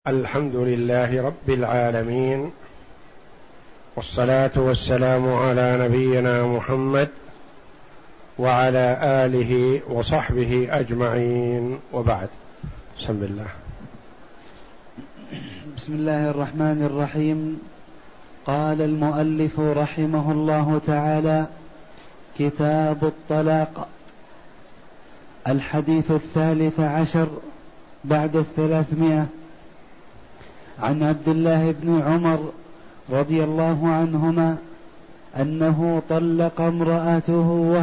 الحمد لله رب العالمين، والصلاة والسلام على نبينا محمد وعلى آله وصحبه أجمعين، وبعد. بسم الله. بسم الله الرحمن الرحيم. قال المؤلف رحمه الله تعالى: كتاب الطلاق. الحديث 13 بعد 300. عن عبد الله بن عمر رضي الله عنهما أنه طلق امرأته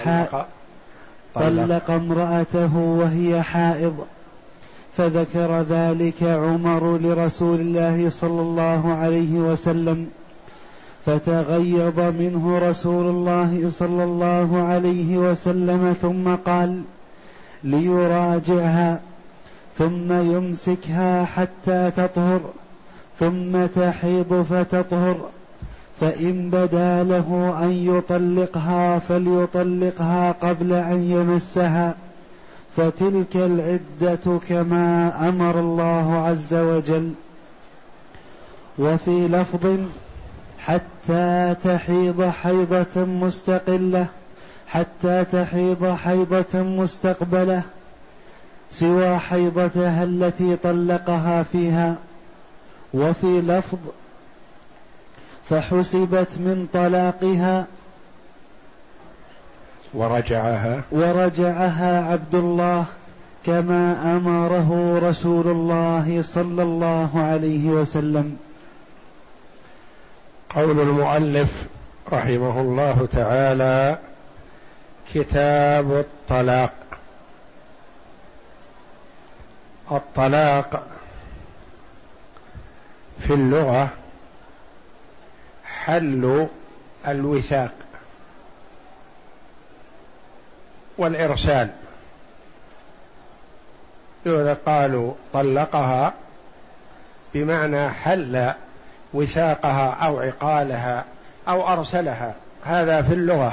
وهي حائض، فذكر ذلك عمر لرسول الله صلى الله عليه وسلم، فتغيظ منه رسول الله صلى الله عليه وسلم، ثم قال: ليراجعها ثم يمسكها حتى تطهر، ثم تحيض فتطهر، فإن بدا له أن يطلقها فليطلقها قبل أن يمسها، فتلك العدة كما أمر الله عز وجل. وفي لفظ: حتى تحيض حيضة مستقبلة سوى حيضتها التي طلقها فيها. وفي لفظ: فحسبت من طلاقها ورجعها عبد الله كما أمره رسول الله صلى الله عليه وسلم. قول المؤلف رحمه الله تعالى: كتاب الطلاق. الطلاق في اللغة حل الوثاق والإرسال. إذا قالوا طلقها بمعنى حل وثاقها أو عقالها أو أرسلها، هذا في اللغة.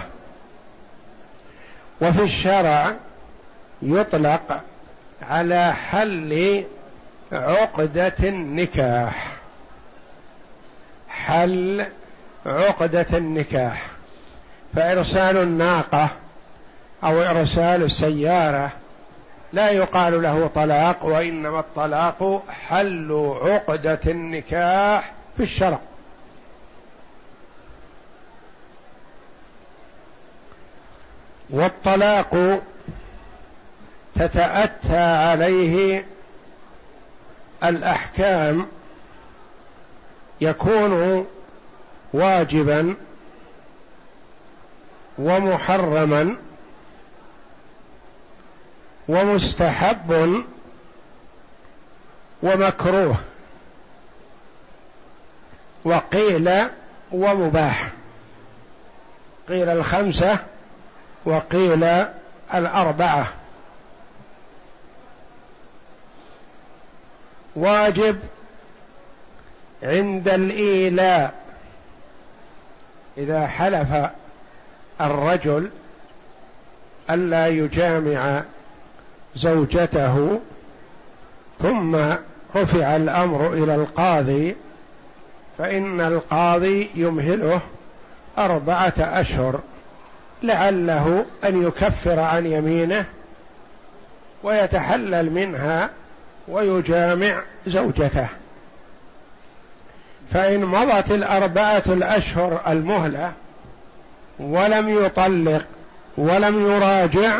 وفي الشرع يطلق على حل عقدة النكاح، حل عقدة النكاح. فإرسال الناقة أو إرسال السيارة لا يقال له طلاق، وإنما الطلاق حل عقدة النكاح في الشرع. والطلاق تتأتى عليه الأحكام، يكون واجبا ومحرما ومستحب ومكروه، وقيل ومباح. قيل 5 وقيل 4. واجب عند الإيلاء، إذا حلف الرجل ألا يجامع زوجته ثم رفع الأمر إلى القاضي، فإن القاضي يمهله 4 أشهر لعله أن يكفر عن يمينه ويتحلل منها ويجامع زوجته. فإن مضت 4 الأشهر المهلة ولم يطلق ولم يراجع،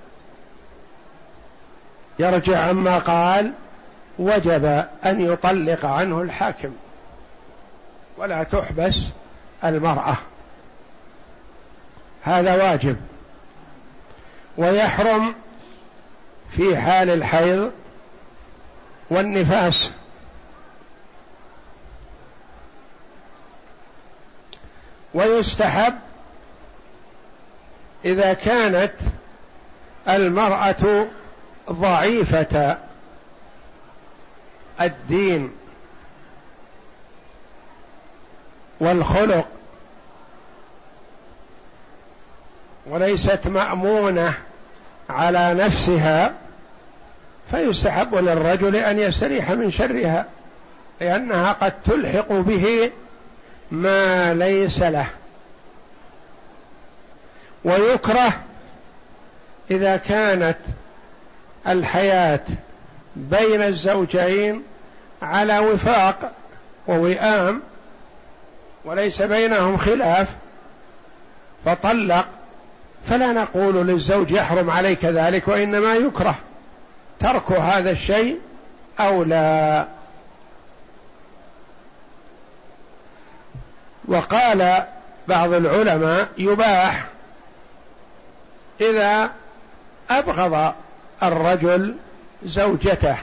يرجع عما قال، وجب أن يطلق عنه الحاكم ولا تحبس المرأة، هذا واجب. ويحرم في حال الحيض والنفاس. ويستحب إذا كانت المرأة ضعيفة الدين والخلق وليست مأمونة على نفسها، فيستحب للرجل أن يستريح من شرها، لأنها قد تلحق به ما ليس له. ويكره إذا كانت الحياة بين الزوجين على وفاق ووئام وليس بينهم خلاف فطلق، فلا نقول للزوج يحرم عليك ذلك، وإنما يكره ترك هذا الشيء أو لا. وقال بعض العلماء يباح إذا أبغض الرجل زوجته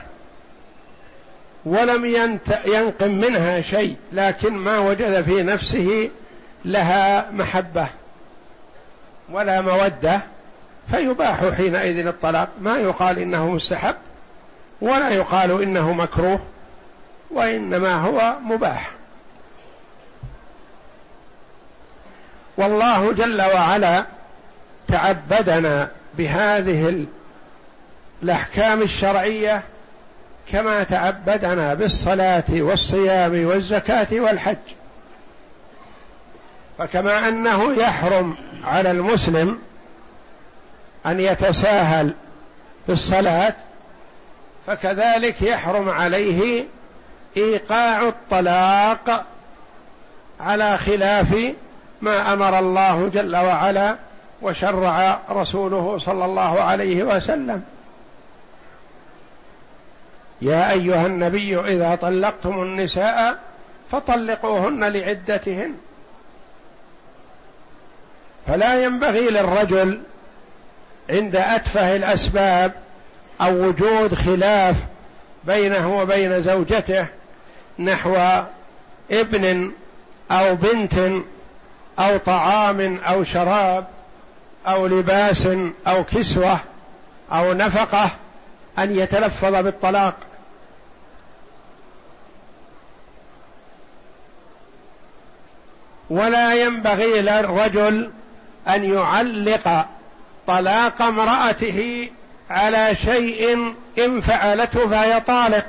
ولم ينقم منها شيء، لكن ما وجد في نفسه لها محبة ولا مودة، فيباح حينئذ الطلاق، ما يقال إنه مستحب ولا يقال إنه مكروه، وإنما هو مباح. والله جل وعلا تعبدنا بهذه الأحكام الشرعية كما تعبدنا بالصلاة والصيام والزكاة والحج. فكما أنه يحرم على المسلم أن يتساهل بالصلاة، فكذلك يحرم عليه إيقاع الطلاق على خلاف ما أمر الله جل وعلا وشرع رسوله صلى الله عليه وسلم. يا أيها النبي إذا طلقتم النساء فطلقوهن لعدتهن. فلا ينبغي للرجل عند أتفه الأسباب أو وجود خلاف بينه وبين زوجته نحو ابن أو بنت أو طعام أو شراب أو لباس أو كسوة أو نفقة أن يتلفظ بالطلاق، ولا ينبغي للرجل أن يعلق طلاق امرأته على شيء إن فعلته فهي طالق،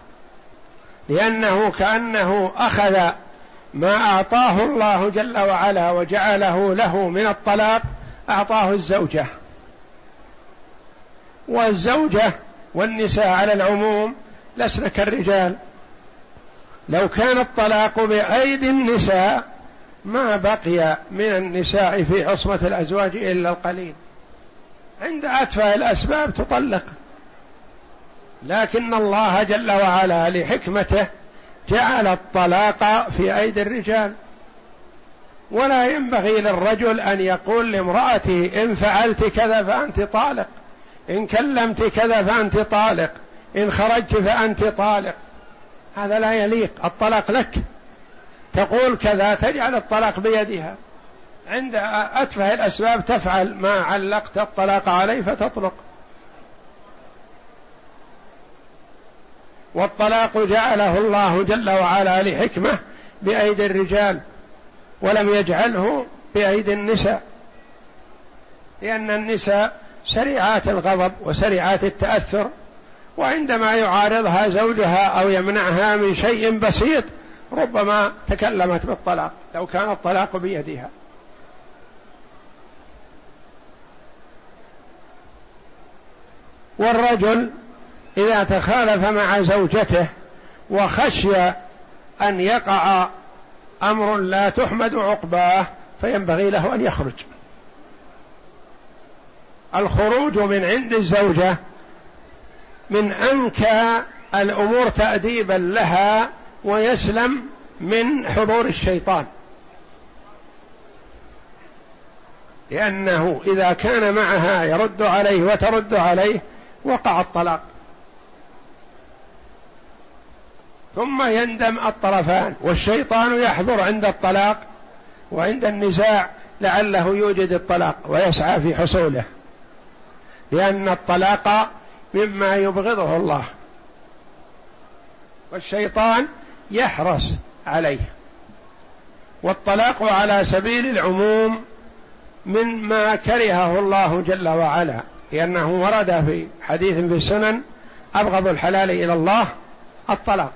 لأنه كأنه أخذ ما أعطاه الله جل وعلا وجعله له من الطلاق أعطاه الزوجة. والزوجة والنساء على العموم لسن كالرجال، لو كان الطلاق بأيدي النساء ما بقي من النساء في عصمة الأزواج إلا القليل، عند أتفه الأسباب تطلق، لكن الله جل وعلا لحكمته جعل الطلاق في أيدي الرجال. ولا ينبغي للرجل أن يقول لامرأته إن فعلت كذا فأنت طالق، إن كلمت كذا فأنت طالق، إن خرجت فأنت طالق، هذا لا يليق. الطلاق لك، تقول كذا تجعل الطلاق بيدها، عند أتفه الأسباب تفعل ما علقت الطلاق عليه فتطلق. والطلاق جعله الله جل وعلا لحكمة بأيدي الرجال ولم يجعله بأيدي النساء، لأن النساء سريعات الغضب وسريعات التأثر، وعندما يعارضها زوجها أو يمنعها من شيء بسيط ربما تكلمت بالطلاق لو كان الطلاق بيدها. والرجل إذا تخالف مع زوجته وخشي أن يقع أمر لا تحمد عقباه فينبغي له أن يخرج. الخروج من عند الزوجة من أنكى الأمور تأديبا لها ويسلم من حضور الشيطان، لأنه إذا كان معها يرد عليه وترد عليه وقع الطلاق، ثم يندم الطرفان، والشيطان يحضر عند الطلاق وعند النزاع لعله يوجد الطلاق ويسعى في حصوله، لأن الطلاق مما يبغضه الله والشيطان يحرص عليه. والطلاق على سبيل العموم مما كرهه الله جل وعلا، لأنه ورد في حديث في السنن أبغض الحلال إلى الله الطلاق.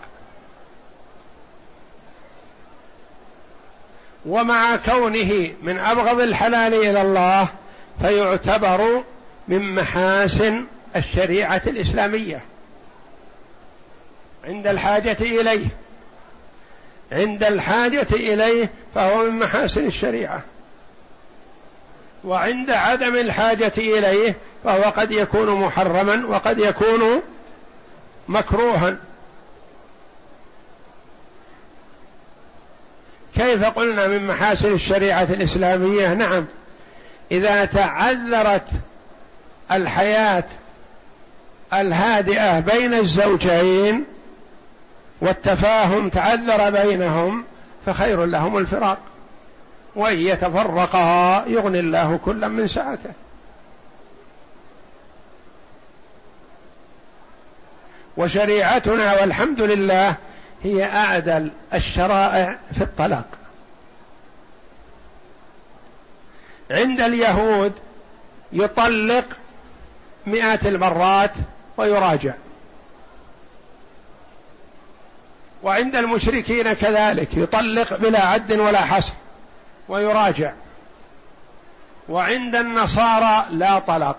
ومع كونه من أبغض الحلال إلى الله فيعتبر من محاسن الشريعة الإسلامية عند الحاجة إليه، عند الحاجة إليه فهو من محاسن الشريعة، وعند عدم الحاجة إليه فهو قد يكون محرما وقد يكون مكروها. كيف قلنا من محاسن الشريعة الإسلامية؟ نعم، إذا تعذرت الحياة الهادئة بين الزوجين والتفاهم تعذر بينهم فخير لهم الفراق، وإن يتفرقا يغني الله كلا من سعته. وشريعتنا والحمد لله هي أعدل الشرائع في الطلاق. عند اليهود يطلق مئات المرات ويراجع، وعند المشركين كذلك يطلق بلا عد ولا حصر ويراجع، وعند النصارى لا طلاق.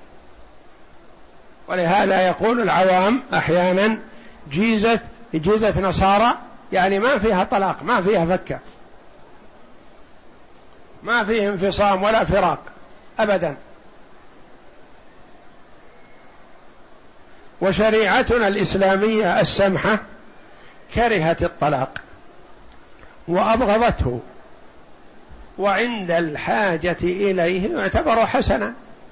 ولهذا يقول العوام أحيانا جيزة نصارى، يعني ما فيها طلاق، ما فيها فكة، ما فيه انفصام ولا فراق أبدا. وشريعتنا الإسلامية السمحة كرهت الطلاق وأبغضته، وعند الحاجة إليه يعتبر حسنا،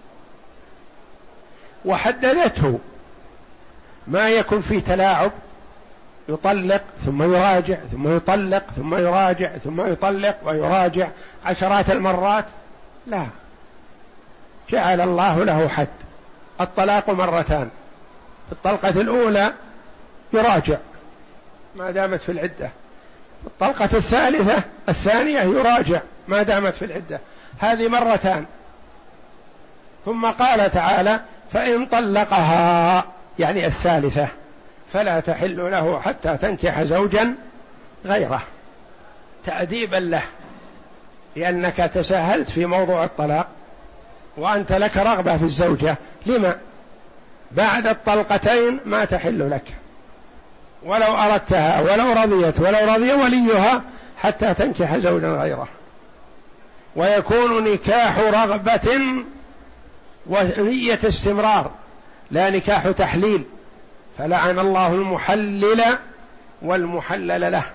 وحددته ما يكون فيه تلاعب، يطلق ثم يراجع ثم يطلق ثم يراجع ثم يطلق ويراجع عشرات المرات، لا، جعل الله له حد. الطلاق مرتان، في الطلقة الأولى يراجع ما دامت في العدة، في الطلقة الثانية يراجع ما دامت في العدة، هذه مرتان. ثم قال تعالى: فإن طلقها، يعني الثالثة، فلا تحل له حتى تنكح زوجا غيره، تأديبا له، لأنك تساهلت في موضوع الطلاق وأنت لك رغبة في الزوجة، لما بعد الطلقتين ما تحل لك ولو أردتها ولو رضيت ولو رضي وليها حتى تنكح زوجا غيره. ويكون نكاح رغبة ونية استمرار، لا نكاح تحليل، فلعن الله المحلل والمحلل له،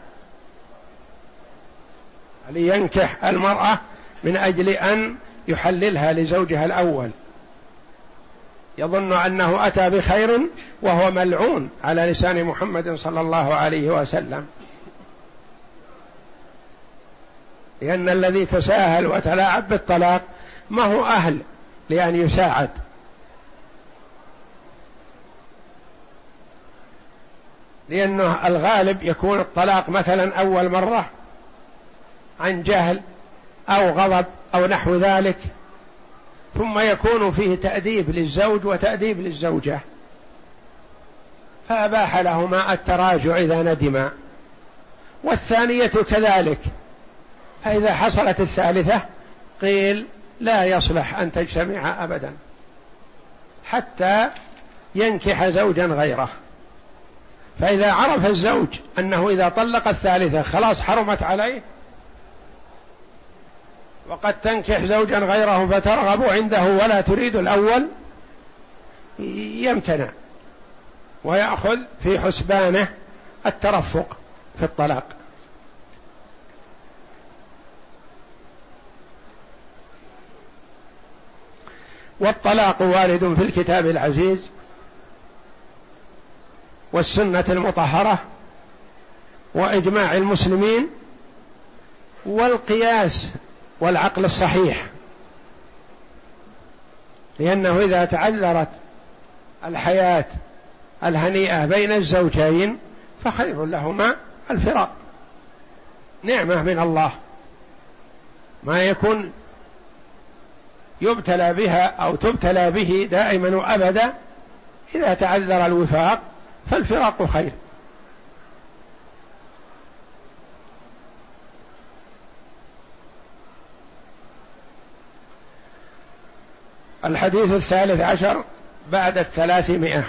لينكح المرأة من أجل أن يحللها لزوجها الأول، يظن أنه أتى بخير وهو ملعون على لسان محمد صلى الله عليه وسلم، لأن الذي تساهل وتلاعب بالطلاق ما هو أهل لأن يساعد. لأنه الغالب يكون الطلاق مثلا أول مرة عن جهل أو غضب أو نحو ذلك، ثم يكون فيه تأديب للزوج وتأديب للزوجة، فأباح لهما التراجع إذا ندما، والثانية كذلك. فإذا حصلت الثالثة قيل لا يصلح أن تجتمع أبدا حتى ينكح زوجا غيره. فإذا عرف الزوج أنه إذا طلق الثالثة خلاص حرمت عليه وقد تنكح زوجا غيره فترغب عنده ولا تريد الأول، يمتنع ويأخذ في حسبانه الترفق في الطلاق. والطلاق وارد في الكتاب العزيز والسنة المطهرة وإجماع المسلمين والقياس والعقل الصحيح، لأنه إذا تعذرت الحياة الهنيئة بين الزوجين فخير لهما الفراق، نعمة من الله، ما يكون يبتلى بها أو تبتلى به دائما وأبدا إذا تعذر الوفاق فالفراق خير. الحديث 13 بعد 300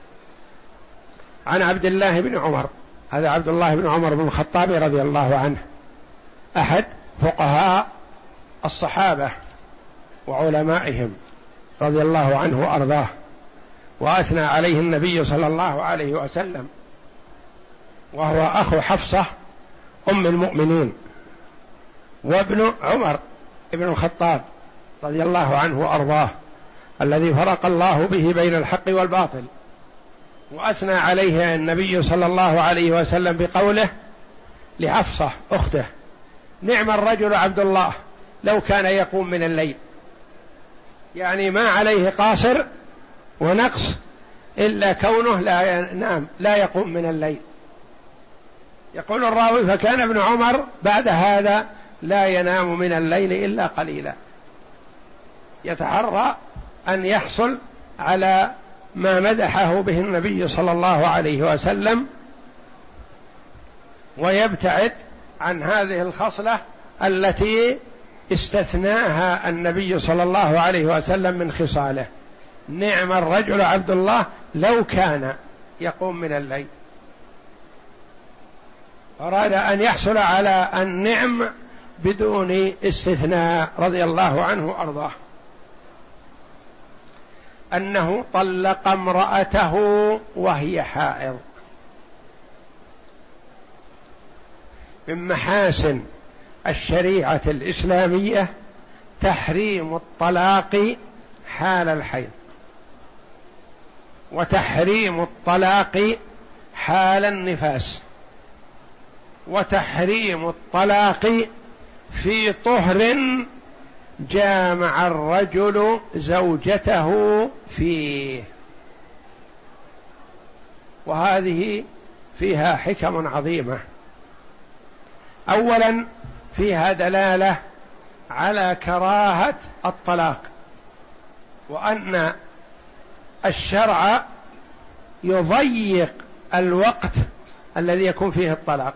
عن عبد الله بن عمر. هذا عبد الله بن عمر بن الخطاب رضي الله عنه، أحد فقهاء الصحابة وعلمائهم رضي الله عنه وأرضاه، وأثنى عليه النبي صلى الله عليه وسلم، وهو أخو حفصة أم المؤمنين، وابن عمر ابن الخطاب رضي الله عنه وأرضاه، الذي فرق الله به بين الحق والباطل. وأثنى عليه النبي صلى الله عليه وسلم بقوله لحفصة أخته: نعم الرجل عبد الله لو كان يقوم من الليل، يعني ما عليه قاصر ونقص إلا كونه لا ينام، لا يقوم من الليل. يقول الراوي: فكان ابن عمر بعد هذا لا ينام من الليل إلا قليلا، يتحرى أن يحصل على ما مدحه به النبي صلى الله عليه وسلم، ويبتعد عن هذه الخصلة التي استثناها النبي صلى الله عليه وسلم من خصاله: نعم الرجل عبد الله لو كان يقوم من الليل. أراد أن يحصل على النعم بدون استثناء رضي الله عنه وأرضاه، أنه طلق امرأته وهي حائض. من محاسن الشريعة الإسلامية تحريم الطلاق حال الحيض، وتحريم الطلاق حال النفاس، وتحريم الطلاق في طهر جامع الرجل زوجته فيه. وهذه فيها حكم عظيمة. أولا فيها دلالة على كراهة الطلاق، وأن الشرع يضيق الوقت الذي يكون فيه الطلاق.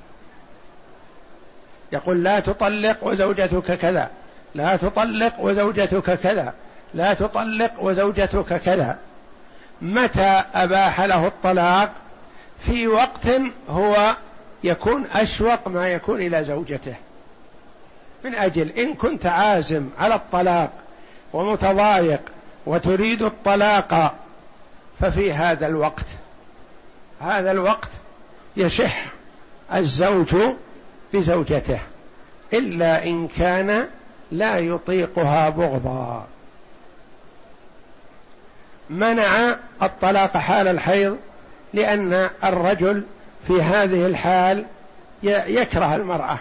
يقول: لا تطلق وزوجتك كذا، لا تطلق وزوجتك كذا، لا تطلق وزوجتك كذا. متى أباح له الطلاق؟ في وقت هو يكون أشوق ما يكون إلى زوجته، من أجل إن كنت عازم على الطلاق ومتضايق وتريد الطلاق، ففي هذا الوقت، هذا الوقت يشح الزوج بزوجته، إلا إن كان لا يطيقها بغضا. منع الطلاق حال الحيض لأن الرجل في هذه الحال يكره المرأة،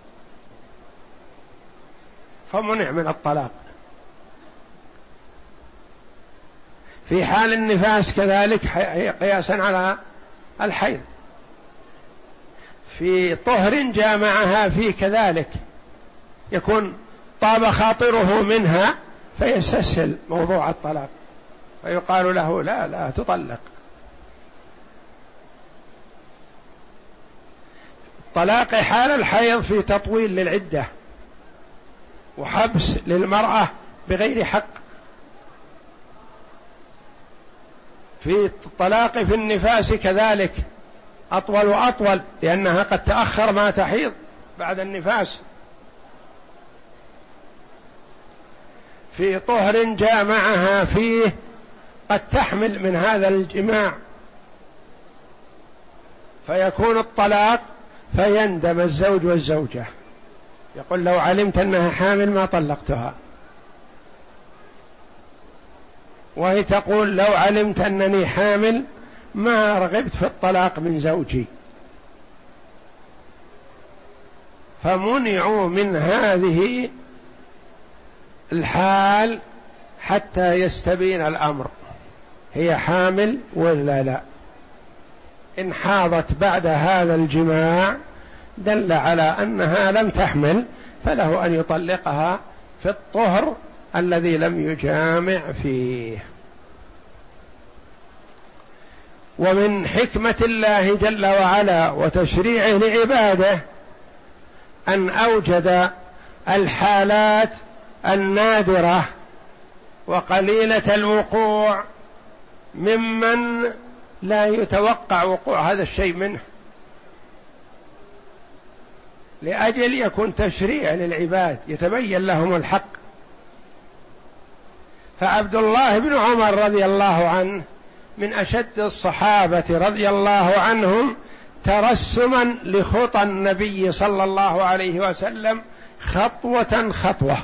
فمنع من الطلاق. في حال النفاس كذلك قياسا على الحيض. في طهر جامعها فيه كذلك يكون طاب خاطره منها فيستسهل موضوع الطلاق، فيقال له: لا تطلق. طلاق حال الحيض في تطويل للعدة وحبس للمرأة بغير حق. في الطلاق في النفاس كذلك أطول وأطول، لأنها قد تأخر ما تحيض بعد النفاس. في طهر جامعها فيه قد تحمل من هذا الجماع، فيكون الطلاق فيندم الزوج والزوجة، يقول: لو علمت أنها حامل ما طلقتها. وهي تقول: لو علمت أنني حامل ما رغبت في الطلاق من زوجي. فمنعوا من هذه الحال حتى يستبين الأمر، هي حامل ولا لا. إن حاضت بعد هذا الجماع دل على أنها لم تحمل، فله أن يطلقها في الطهر الذي لم يجامع فيه. ومن حكمة الله جل وعلا وتشريعه لعباده أن أوجد الحالات النادرة وقليلة الوقوع ممن لا يتوقع وقوع هذا الشيء منه، لأجل يكون تشريع للعباد يتبين لهم الحق. فعبد الله بن عمر رضي الله عنه من أشد الصحابة رضي الله عنهم ترسما لخطى النبي صلى الله عليه وسلم خطوة خطوة.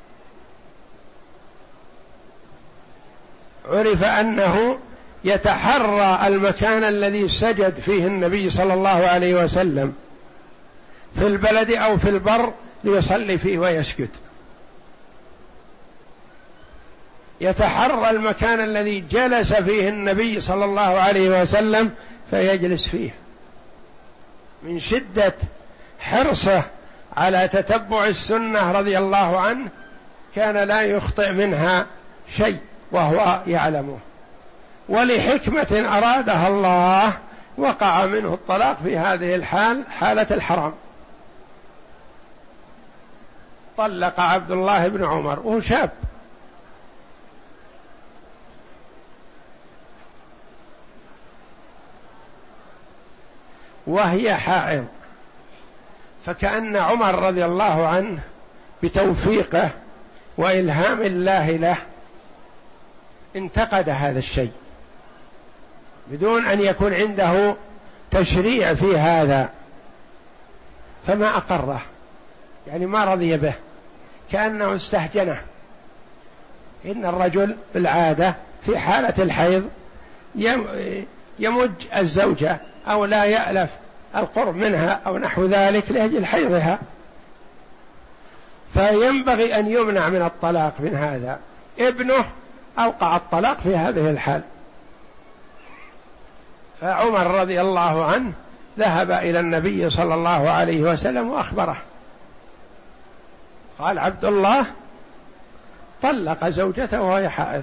عرف أنه يتحرى المكان الذي سجد فيه النبي صلى الله عليه وسلم في البلد أو في البر ليصلي فيه ويسجد، يتحرى المكان الذي جلس فيه النبي صلى الله عليه وسلم فيجلس فيه، من شدة حرصه على تتبع السنة رضي الله عنه كان لا يخطئ منها شيء وهو يعلمه. ولحكمة أرادها الله وقع منه الطلاق في هذه الحال، حالة الحرام. طلق عبد الله بن عمر وهو شاب، وهي حائض، فكأن عمر رضي الله عنه بتوفيقه وإلهام الله له انتقد هذا الشيء بدون أن يكون عنده تشريع في هذا، فما أقره، يعني ما رضي به، كأنه استهجنه. إن الرجل بالعادة في حالة الحيض يمج الزوجة أو لا يألف القرب منها أو نحو ذلك لأجل حيضها، فينبغي أن يمنع من الطلاق من هذا. ابنه أوقع الطلاق في هذه الحال، فعمر رضي الله عنه ذهب إلى النبي صلى الله عليه وسلم وأخبره، قال عبد الله طلق زوجته وهي حائض،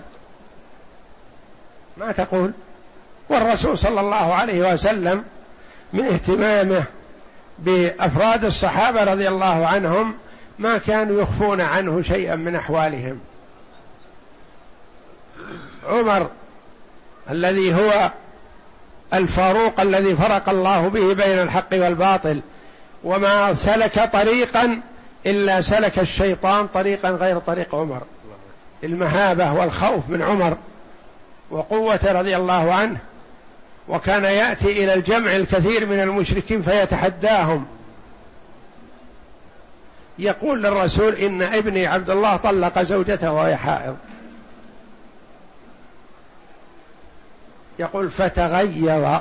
ما تقول؟ والرسول صلى الله عليه وسلم من اهتمامه بأفراد الصحابة رضي الله عنهم ما كانوا يخفون عنه شيئا من أحوالهم. عمر الذي هو الفاروق الذي فرق الله به بين الحق والباطل، وما سلك طريقا إلا سلك الشيطان طريقا غير طريق عمر، المهابة والخوف من عمر وقوة رضي الله عنه، وكان يأتي إلى الجمع الكثير من المشركين فيتحداهم، يقول للرسول إن ابني عبد الله طلق زوجته وهي حائض، يقول فتغير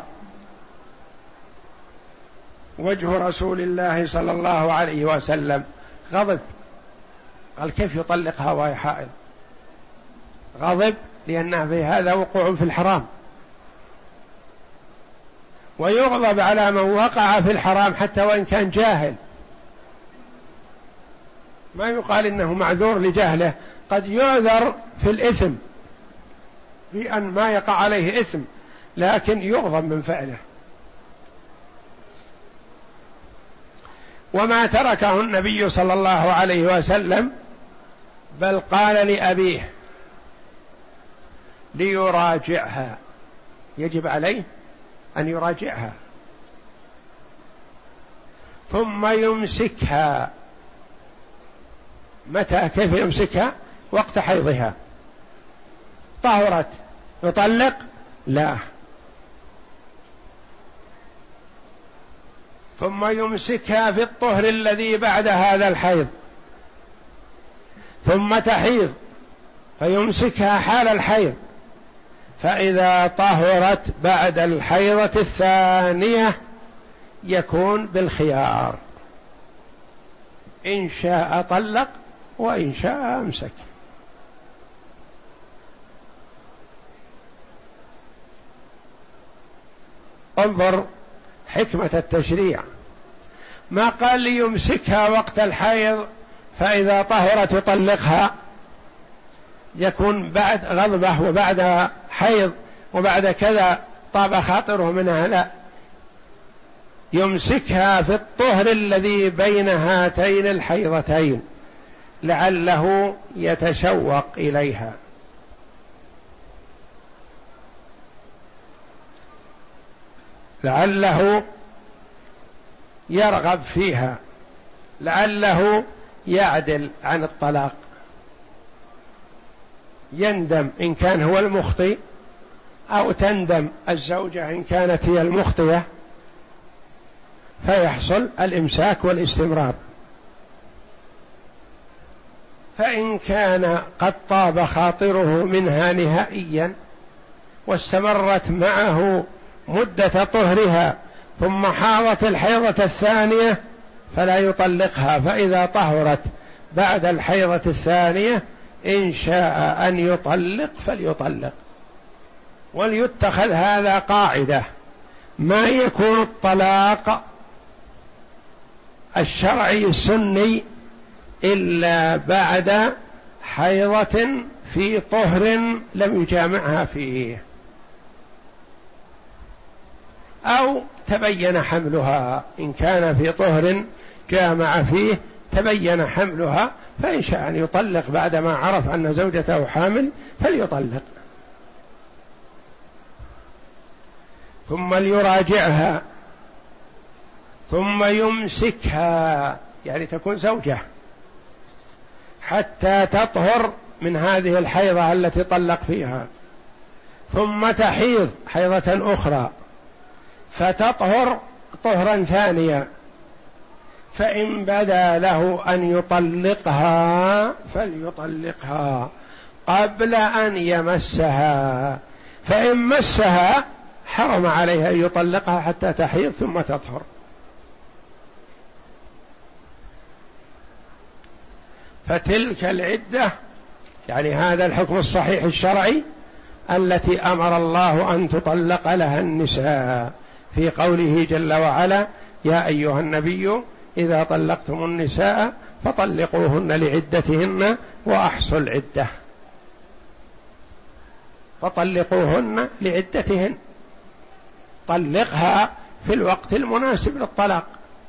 وجه رسول الله صلى الله عليه وسلم، غضب، قال كيف يطلقها وهي حائض؟ غضب لأن في هذا وقوع في الحرام، ويغضب على من وقع في الحرام حتى وإن كان جاهل، ما يقال إنه معذور لجهله، قد يعذر في الإثم في أن ما يقع عليه إثم، لكن يغضب من فعله. وما تركه النبي صلى الله عليه وسلم، بل قال لأبيه ليراجعها، يجب عليه أن يراجعها، ثم يمسكها. متى؟ كيف يمسكها؟ وقت حيضها. طهرت يطلق؟ لا، ثم يمسكها في الطهر الذي بعد هذا الحيض، ثم تحيض فيمسكها حال الحيض، فإذا طهرت بعد الحيضة الثانية يكون بالخيار، إن شاء طلق وإن شاء أمسك. انظر حكمة التشريع، ما قال ليمسكها وقت الحيض فإذا طهرت يطلقها، يكون بعد غضبه وبعد حيض وبعد كذا طاب خاطره منها، لا، يمسكها في الطهر الذي بين هاتين الحيضتين لعله يتشوق إليها، لعله يرغب فيها، لعله يعدل عن الطلاق، يندم إن كان هو المخطئ، أو تندم الزوجة إن كانت هي المخطئة، فيحصل الإمساك والاستمرار. فإن كان قد طاب خاطره منها نهائيا واستمرت معه مدة طهرها ثم حاضت الحيضة الثانية فلا يطلقها، فإذا طهرت بعد الحيضة الثانية إن شاء أن يطلق فليطلق. وليتخذ هذا قاعدة: ما يكون الطلاق الشرعي السني إلا بعد حيضة في طهر لم يجامعها فيه، أو تبين حملها، إن كان في طهر جامع فيه تبين حملها، فإن شاء أن يطلق بعدما عرف أن زوجته حامل فليطلق، ثم ليراجعها، ثم يمسكها، يعني تكون زوجة حتى تطهر من هذه الحيضة التي طلق فيها، ثم تحيض حيضة أخرى فتطهر طهرا ثانيا، فإن بدا له أن يطلقها فليطلقها قبل أن يمسها، فإن مسها حرم عليها أن يطلقها حتى تحيض ثم تطهر. فتلك العدة، يعني هذا الحكم الصحيح الشرعي التي أمر الله أن تطلق لها النساء في قوله جل وعلا: يا أيها النبي إذا طلقتم النساء فطلقوهن لعدتهن وأحصوا العدة. فطلقوهن لعدتهن، طلقها في الوقت المناسب للطلاق.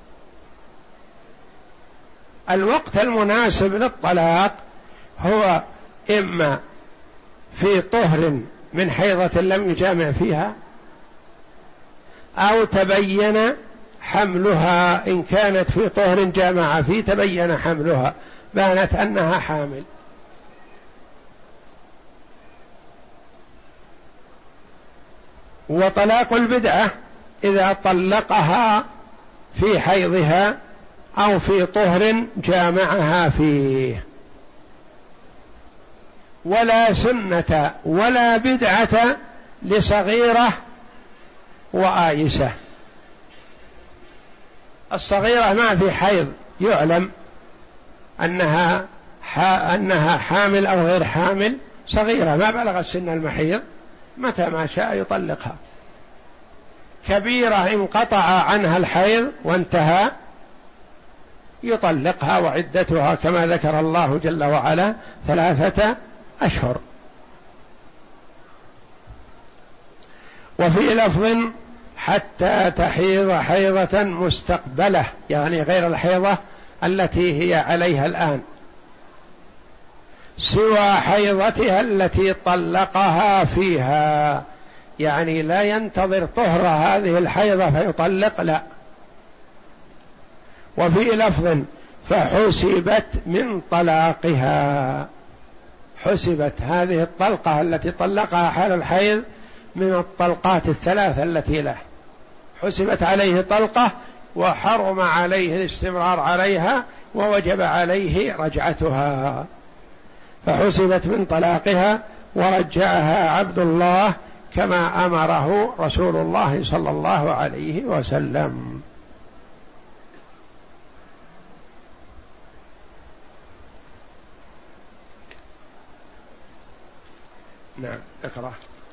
الوقت المناسب للطلاق هو إما في طهر من حيضة لم يجامع فيها، أو تبين حملها، إن كانت في طهر جامع فيه تبين حملها، بانت أنها حامل. وطلاق البدعة إذا طلقها في حيضها أو في طهر جامعها فيه. ولا سنة ولا بدعة لصغيرة وآيسة. الصغيرة ما في حيض يعلم أنها حامل أو غير حامل، صغيرة ما بلغت سن المحيض، متى ما شاء يطلقها. كبيرة انقطع عنها الحيض وانتهى يطلقها، وعدتها كما ذكر الله جل وعلا 3 أشهر. وفي لفظ: حتى تحيض حيضة مستقبلة، يعني غير الحيضة التي هي عليها الآن، سوى حيضتها التي طلقها فيها، يعني لا ينتظر طهر هذه الحيضة فيطلق، لا. وفي لفظ: فحسبت من طلاقها، حسبت هذه الطلقة التي طلقها حال الحيض من الطلقات 3 التي له، حسبت عليه طلقة وحرم عليه الاستمرار عليها ووجب عليه رجعتها، فحسبت من طلاقها ورجعها عبد الله كما أمره رسول الله صلى الله عليه وسلم. نعم، اقرأ.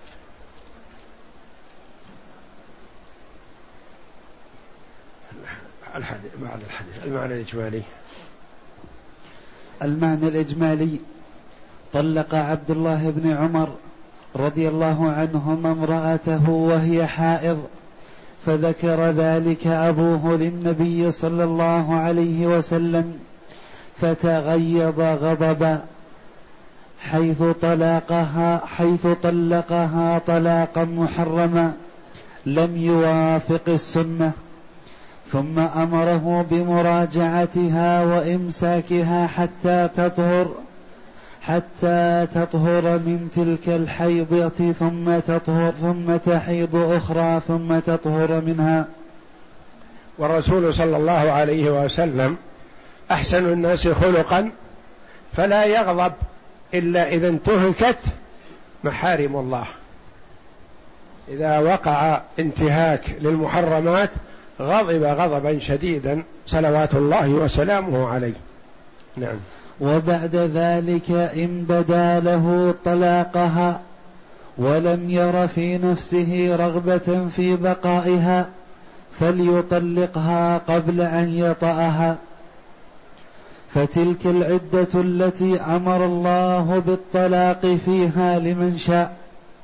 بعد الحديث المعنى الإجمالي. المعنى الإجمالي: طلق عبد الله بن عمر رضي الله عنهما امرأته وهي حائض، فذكر ذلك أبوه للنبي صلى الله عليه وسلم فتغيظ غضبا حيث طلقها طلاقا محرما لم يوافق السنة، ثم أمره بمراجعتها وإمساكها حتى تطهر من تلك الحيضة ثم تحيض أخرى ثم تطهر منها. والرسول صلى الله عليه وسلم أحسن الناس خلقا، فلا يغضب إلا إذا انتهكت محارم الله. إذا وقع انتهاك للمحرمات غضب غضبا شديدا صلوات الله وسلامه عليه. نعم. وبعد ذلك إن بدا له طلاقها ولم ير في نفسه رغبة في بقائها فليطلقها قبل أن يطأها، فتلك العدة التي أمر الله بالطلاق فيها لمن شاء.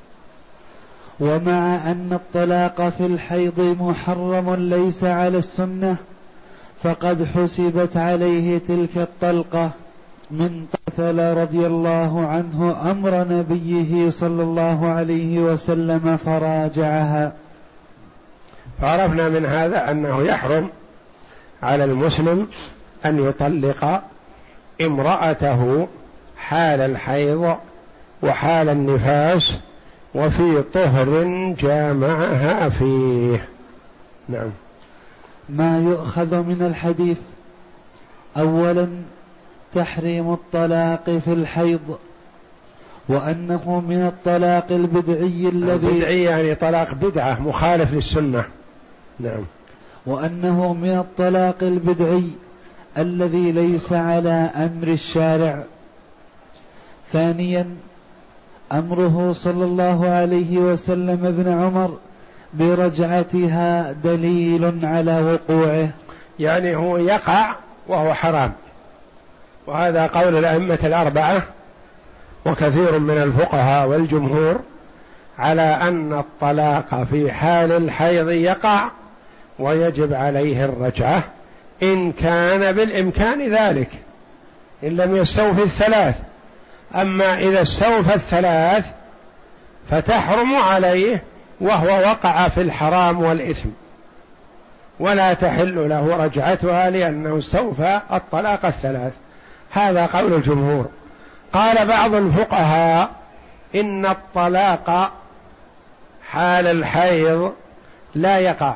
ومع أن الطلاق في الحيض محرم ليس على السنة، فقد حسبت عليه تلك الطلقة من طفل رضي الله عنه أمر نبيه صلى الله عليه وسلم فراجعها. فعرفنا من هذا أنه يحرم على المسلم أن يطلق امرأته حال الحيض وحال النفاس وفي طهر جامعها فيه. نعم. ما يؤخذ من الحديث: أولا تحريم الطلاق في الحيض، وأنه من الطلاق البدعي البدعي يعني طلاق بدعة مخالف للسنة. نعم. وأنه من الطلاق البدعي الذي ليس على أمر الشارع. ثانيا أمره صلى الله عليه وسلم ابن عمر برجعتها دليل على وقوعه، يعني هو يقع وهو حرام، وهذا قول الأئمة الأربعة وكثير من الفقهاء والجمهور على أن الطلاق في حال الحيض يقع ويجب عليه الرجعة إن كان بالإمكان ذلك، إن لم يستوفي الثلاث. أما إذا استوفى الثلاث فتحرم عليه وهو وقع في الحرام والإثم، ولا تحل له رجعتها لأنه استوفى الطلاق الثلاث. هذا قول الجمهور. قال بعض الفقهاء إن الطلاق حال الحيض لا يقع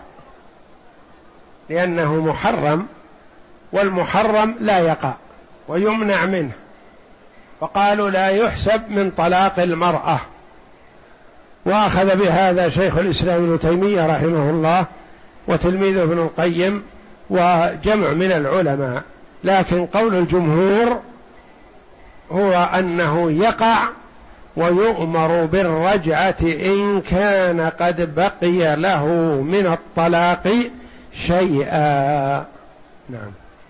لأنه محرم، والمحرم لا يقع ويمنع منه، فقالوا لا يحسب من طلاق المرأة. وأخذ بهذا شيخ الإسلام ابن تيمية رحمه الله وتلميذه ابن القيم وجمع من العلماء، لكن قول الجمهور هو أنه يقع ويؤمر بالرجعة إن كان قد بقي له من الطلاق شيئا. نعم.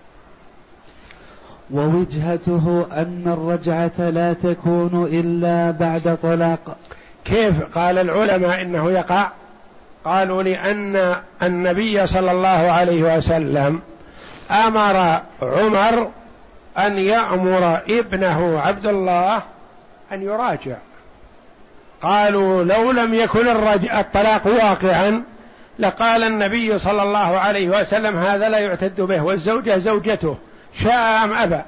ووجهته أن الرجعة لا تكون إلا بعد طلاق. كيف قال العلماء إنه يقع؟ قالوا لأن النبي صلى الله عليه وسلم أمر عمر أن يأمر ابنه عبد الله أن يراجع. قالوا لو لم يكن الطلاق واقعا لقال النبي صلى الله عليه وسلم هذا لا يعتد به، والزوجة زوجته شاء أم أبى.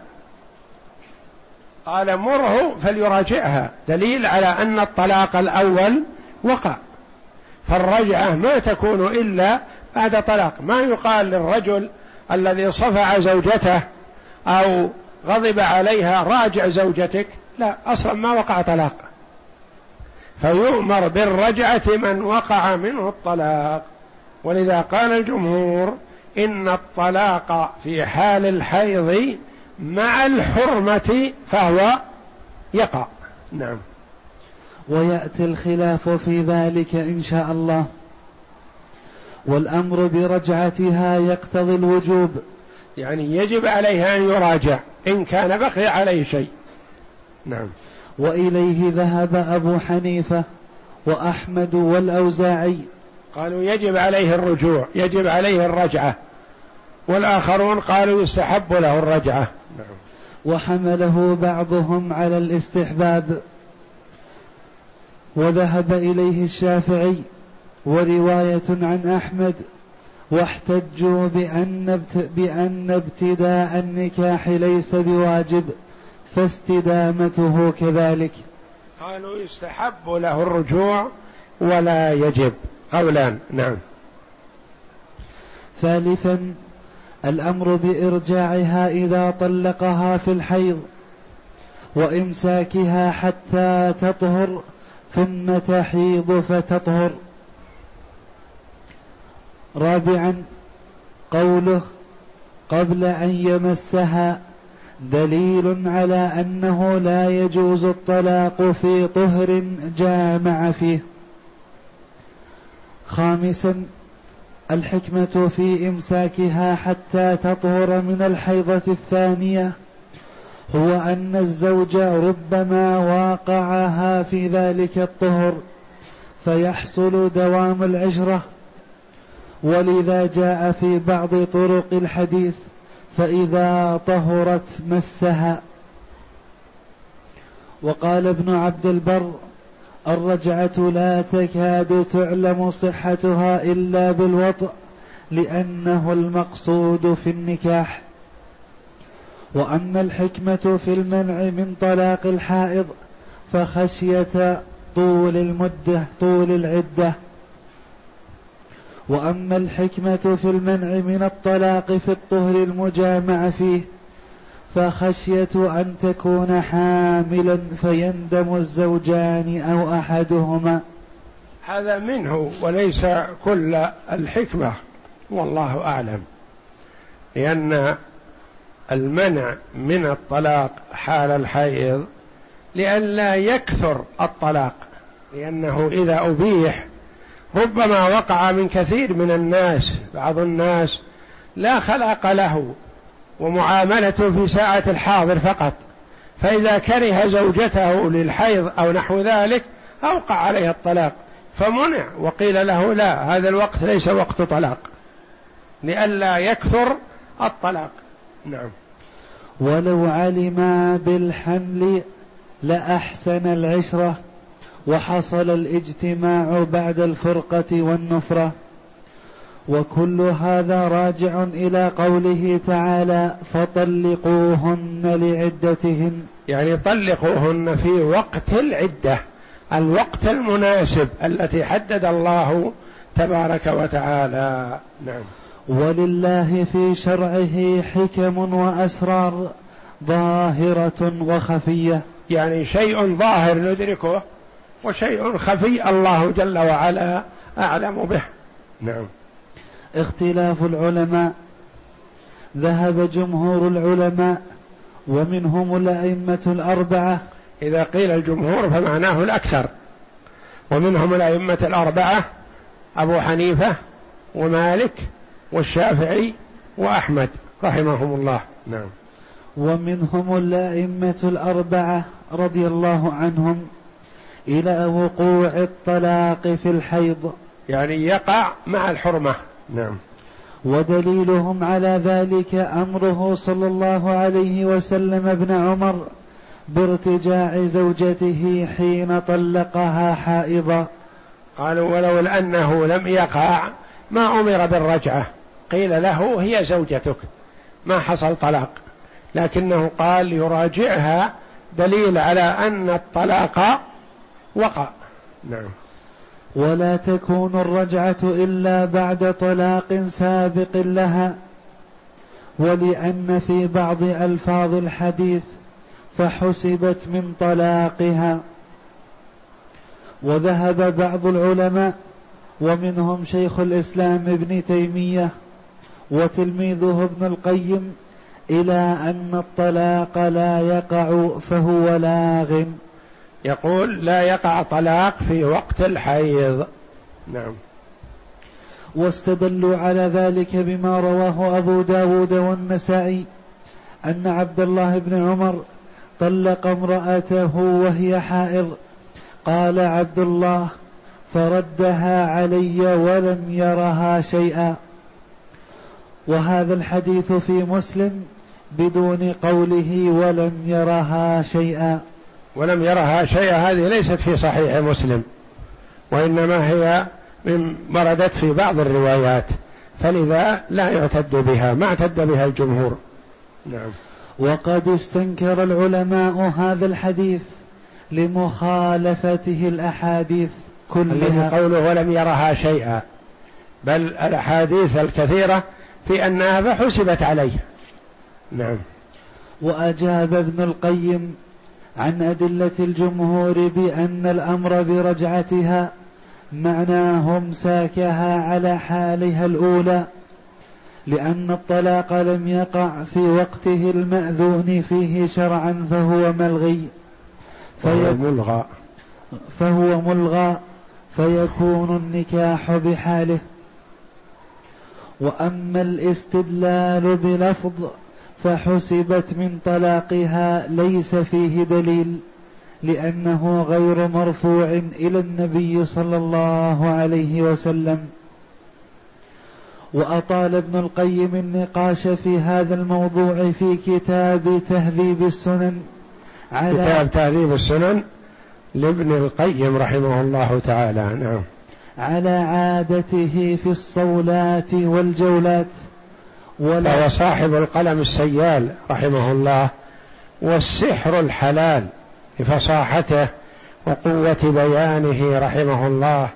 قال مره فليراجعها، دليل على أن الطلاق الأول وقع، فالرجعة ما تكون إلا بعد طلاق. ما يقال للرجل الذي صفع زوجته أو غضب عليها راجع زوجتك، لا، أصلا ما وقع طلاق، فيؤمر بالرجعة من وقع منه الطلاق. ولذا قال الجمهور إن الطلاق في حال الحيض مع الحرمة فهو يقع. نعم. ويأتي الخلاف في ذلك إن شاء الله. والأمر برجعتها يقتضي الوجوب، يعني يجب عليها أن يراجع إن كان بقي عليه شيء. نعم. وإليه ذهب أبو حنيفة وأحمد والأوزاعي. قالوا يجب عليه الرجوع، يجب عليه الرجعة، والآخرون قالوا يستحب له الرجعة. وحمله بعضهم على الاستحباب. وذهب إليه الشافعي ورواية عن أحمد، واحتجوا بأن ابتداء النكاح ليس بواجب فاستدامته كذلك. قالوا يستحب له الرجوع ولا يجب، قولان. نعم. ثالثا الأمر بإرجاعها إذا طلقها في الحيض، وإمساكها حتى تطهر ثم تحيض فتطهر. رابعا قوله قبل أن يمسها دليل على أنه لا يجوز الطلاق في طهر جامع فيه. خامسا الحكمة في إمساكها حتى تطهر من الحيضة الثانية هو أن الزوج ربما واقعها في ذلك الطهر فيحصل دوام العشرة، ولذا جاء في بعض طرق الحديث فإذا طهرت مسها. وقال ابن عبد البر الرجعة لا تكاد تعلم صحتها إلا بالوطء لأنه المقصود في النكاح. وأما الحكمة في المنع من طلاق الحائض فخشية طول العدة. وأما الحكمة في المنع من الطلاق في الطهر المجامع فيه فخشية أن تكون حاملا فيندم الزوجان أو أحدهما. هذا منه وليس كل الحكمة، والله أعلم، لأن المنع من الطلاق حال الحيض لئلا يكثر الطلاق، لأنه إذا أبيح ربما وقع من كثير من الناس، بعض الناس لا خلاق له ومعاملته في ساعة الحاضر فقط، فإذا كره زوجته للحيض أو نحو ذلك أوقع عليها الطلاق فمنع، وقيل له لا، هذا الوقت ليس وقت طلاق، لئلا يكثر الطلاق. نعم. ولو علما بالحمل لأحسن العشرة وحصل الاجتماع بعد الفرقة والنفرة. وكل هذا راجع إلى قوله تعالى فطلقوهن لعدتهن، يعني طلقوهن في وقت العدة، الوقت المناسب التي حدد الله تبارك وتعالى. نعم. ولله في شرعه حكم وأسرار ظاهرة وخفية، يعني شيء ظاهر ندركه وشيء خفي الله جل وعلا أعلم به. نعم. اختلاف العلماء. ذهب جمهور العلماء ومنهم الأئمة الأربعة. إذا قيل الجمهور فمعناه الأكثر، ومنهم الأئمة الأربعة أبو حنيفة ومالك والشافعي وأحمد رحمهم الله. نعم. ومنهم الأئمة الأربعة رضي الله عنهم إلى وقوع الطلاق في الحيض، يعني يقع مع الحرمة. نعم. ودليلهم على ذلك أمره صلى الله عليه وسلم ابن عمر بارتجاع زوجته حين طلقها حائضا. قالوا ولو أنه لم يقع ما أمر بالرجعة، قيل له هي زوجتك ما حصل طلاق، لكنه قال يراجعها دليل على أن الطلاق وقع. نعم. ولا تكون الرجعة إلا بعد طلاق سابق لها، ولأن في بعض ألفاظ الحديث فحسبت من طلاقها. وذهب بعض العلماء ومنهم شيخ الإسلام ابن تيمية وتلميذه ابن القيم إلى أن الطلاق لا يقع فهو لاغ، يقول لا يقع طلاق في وقت الحيض. نعم. واستدلوا على ذلك بما رواه أبو داود والنسائي أن عبد الله بن عمر طلق امرأته وهي حائض. قال عبد الله: فردها علي ولم يرها شيئا. وهذا الحديث في مسلم بدون قوله ولم يرها شيئا. ولم يرها شيئا هذه ليست في صحيح مسلم، وإنما هي من وردت في بعض الروايات، فلذا لا يعتد بها، ما اعتد بها الجمهور. نعم. وقد استنكر العلماء هذا الحديث لمخالفته الأحاديث كلها. قوله ولم يرها شيئا، بل الأحاديث الكثيرة في أنها فحسبت عليه. نعم. وأجاب ابن القيم عن أدلة الجمهور بأن الأمر برجعتها معناه امساكها على حالها الأولى، لأن الطلاق لم يقع في وقته المأذون فيه شرعا فهو ملغي، فهو ملغى فيكون النكاح بحاله. وأما الاستدلال بلفظ فحسبت من طلاقها ليس فيه دليل، لأنه غير مرفوع إلى النبي صلى الله عليه وسلم. وأطال ابن القيم النقاش في هذا الموضوع في كتاب تهذيب السنن، كتاب تهذيب السنن لابن القيم رحمه الله تعالى. نعم. على عادته في الصولات والجولات. وهو صاحب القلم السيال رحمه الله، والسحر الحلال لفصاحته وقوة بيانه رحمه الله،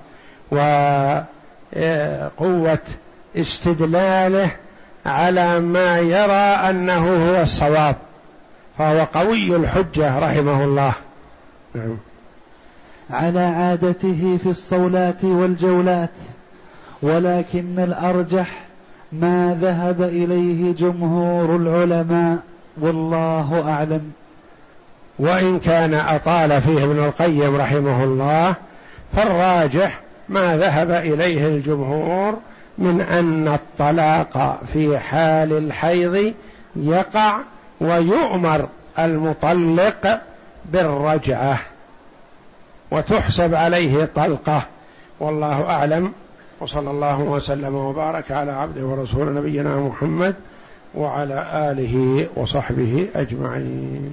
وقوة استدلاله على ما يرى أنه هو الصواب، فهو قوي الحجة رحمه الله. نعم. على عادته في الصولات والجولات، ولكن الأرجح ما ذهب إليه جمهور العلماء، والله أعلم. وإن كان أطال فيه ابن القيم رحمه الله، فالراجح ما ذهب إليه الجمهور من أن الطلاق في حال الحيض يقع، ويؤمر المطلق بالرجعة وتحسب عليه طلقة، والله أعلم. وصلى الله وسلم وبارك على عبده ورسول نبينا محمد وعلى آله وصحبه أجمعين.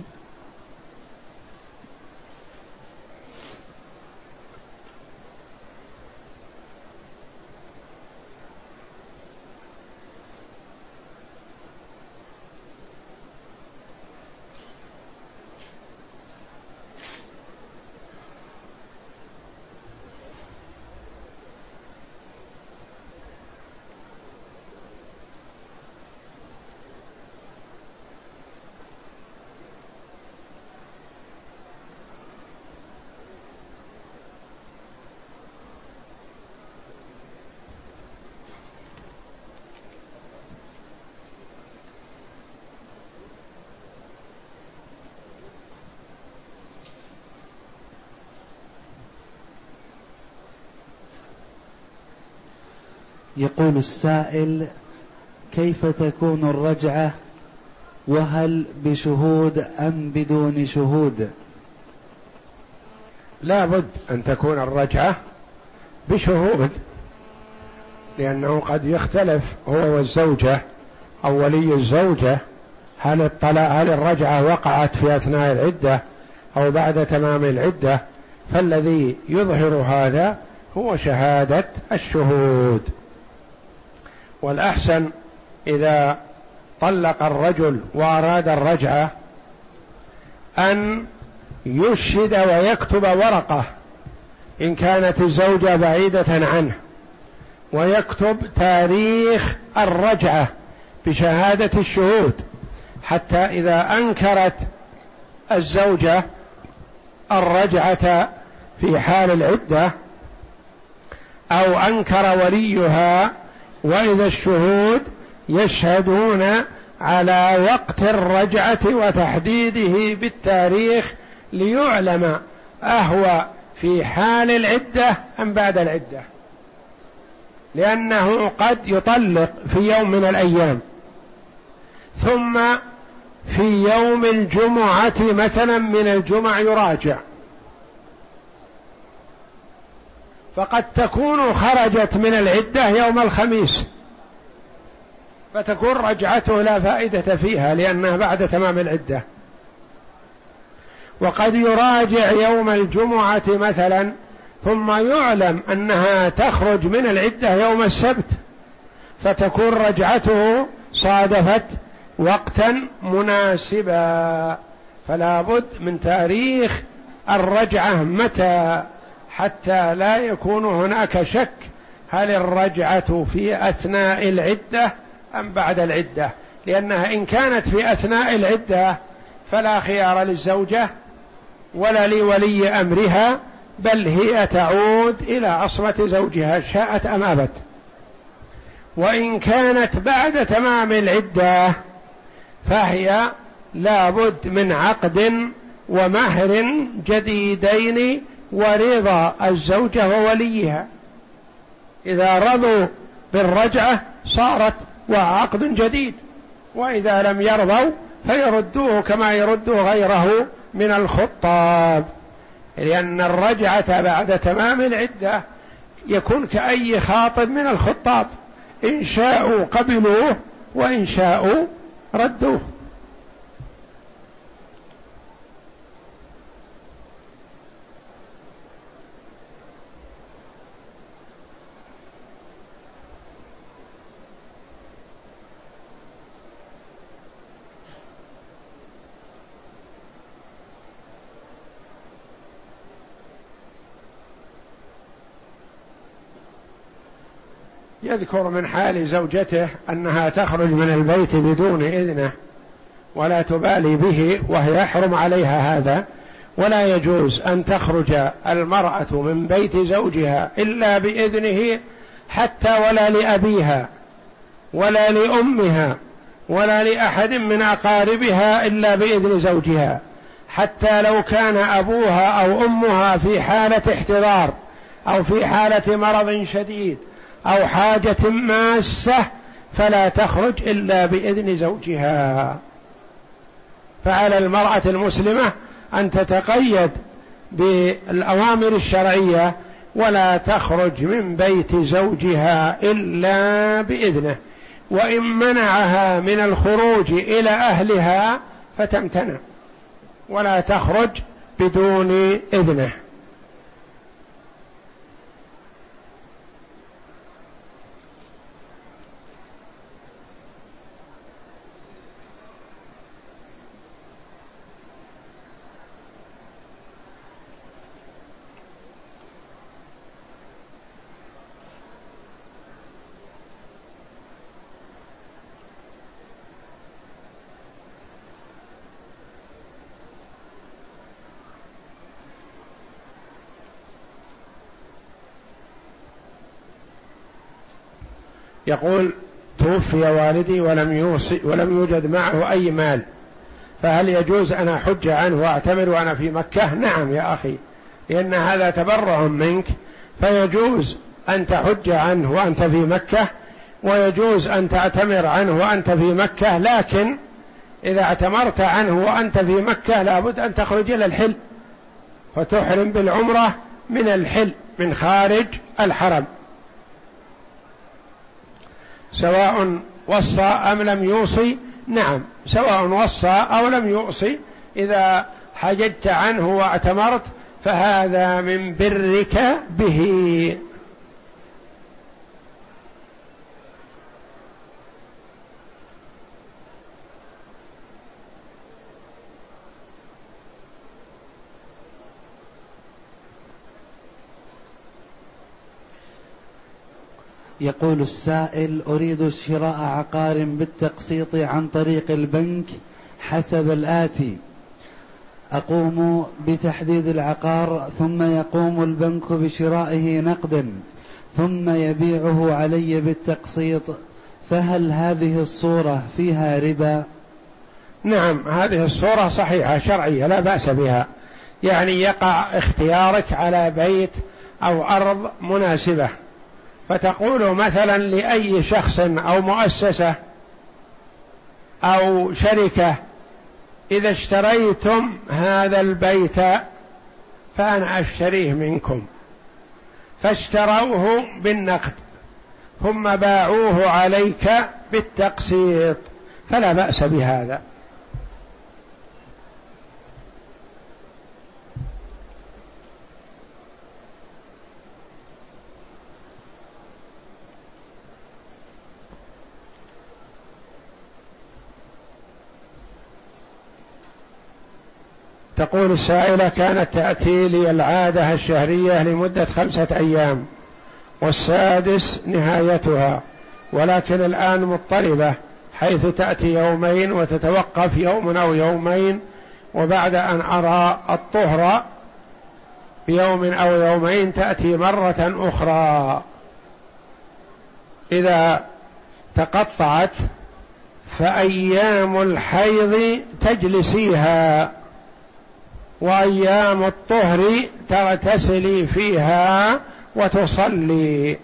يقول السائل: كيف تكون الرجعة، وهل بشهود أم بدون شهود؟ لا بد أن تكون الرجعة بشهود، لأنه قد يختلف هو والزوجة أو ولي الزوجة، هل الرجعة وقعت في أثناء العدة أو بعد تمام العدة، فالذي يظهر هذا هو شهادة الشهود. والأحسن إذا طلق الرجل وأراد الرجعة أن يشهد ويكتب ورقة إن كانت الزوجة بعيدة عنه، ويكتب تاريخ الرجعة بشهادة الشهود، حتى إذا أنكرت الزوجة الرجعة في حال العدة أو أنكر وليها، وإذا الشهود يشهدون على وقت الرجعة وتحديده بالتاريخ ليعلم أهو في حال العدة أم بعد العدة، لأنه قد يطلق في يوم من الأيام ثم في يوم الجمعة مثلا من الجمع يراجع، فقد تكون خرجت من العدة يوم الخميس، فتكون رجعته لا فائدة فيها لأنها بعد تمام العدة. وقد يراجع يوم الجمعة مثلا ثم يعلم أنها تخرج من العدة يوم السبت، فتكون رجعته صادفت وقتا مناسبا. فلا بد من تاريخ الرجعة متى، حتى لا يكون هناك شك هل الرجعة في أثناء العدة أم بعد العدة، لأنها إن كانت في أثناء العدة فلا خيار للزوجة ولا لولي أمرها، بل هي تعود إلى عصمة زوجها شاءت أم أبت. وإن كانت بعد تمام العدة فهي لابد من عقد ومهر جديدين ورضا الزوجة ووليها. إذا رضوا بالرجعة صارت وعقد جديد، وإذا لم يرضوا فيردوه كما يرد غيره من الخطاب، لأن الرجعة بعد تمام العدة يكون كأي خاطب من الخطاب، إن شاءوا قبلوه وإن شاءوا ردوه. يذكر من حال زوجته أنها تخرج من البيت بدون إذنه ولا تبالي به، وهي يحرم عليها هذا، ولا يجوز أن تخرج المرأة من بيت زوجها إلا بإذنه، حتى ولا لأبيها ولا لأمها ولا لأحد من أقاربها إلا بإذن زوجها، حتى لو كان أبوها أو أمها في حالة احتضار أو في حالة مرض شديد أو حاجة ماسة فلا تخرج إلا بإذن زوجها. فعلى المرأة المسلمة أن تتقيد بالأوامر الشرعية ولا تخرج من بيت زوجها إلا بإذنه، وإن منعها من الخروج إلى أهلها فتمتنع ولا تخرج بدون إذنه. يقول: توفي والدي ولم يوجد معه أي مال، فهل يجوز أن أحج عنه وأعتمر وأنا في مكة؟ نعم يا أخي، لأن هذا تبرع منك، فيجوز أن تحج عنه وأنت في مكة، ويجوز أن تعتمر عنه وأنت في مكة، لكن إذا اعتمرت عنه وأنت في مكة لابد أن تخرج إلى الحل فتحرم بالعمرة من الحل من خارج الحرم، سواء وصى أم لم يوصي. نعم، سواء وصى أو لم يوصي، إذا حججت عنه واعتمرت فهذا من برك به. يقول السائل: أريد شراء عقار بالتقسيط عن طريق البنك حسب الآتي: أقوم بتحديد العقار ثم يقوم البنك بشرائه نقدا ثم يبيعه علي بالتقسيط، فهل هذه الصورة فيها ربا؟ نعم، هذه الصورة صحيحة شرعية لا بأس بها، يعني يقع اختيارك على بيت أو أرض مناسبة، فتقول مثلا لأي شخص أو مؤسسة أو شركة إذا اشتريتم هذا البيت فأنا أشتريه منكم، فاشتروه بالنقد ثم باعوه عليك بالتقسيط فلا بأس بهذا. تقول السائلة: كانت تأتي لي العادة الشهرية لمدة 5 أيام والسادس نهايتها، ولكن الآن مضطربة حيث تأتي يومين وتتوقف يوم أو يومين، وبعد أن أرى الطهر بيوم أو يومين تأتي مرة أخرى. إذا تقطعت فأيام الحيض تجلسيها وأيام الطهر تغتسلي فيها وتصلي،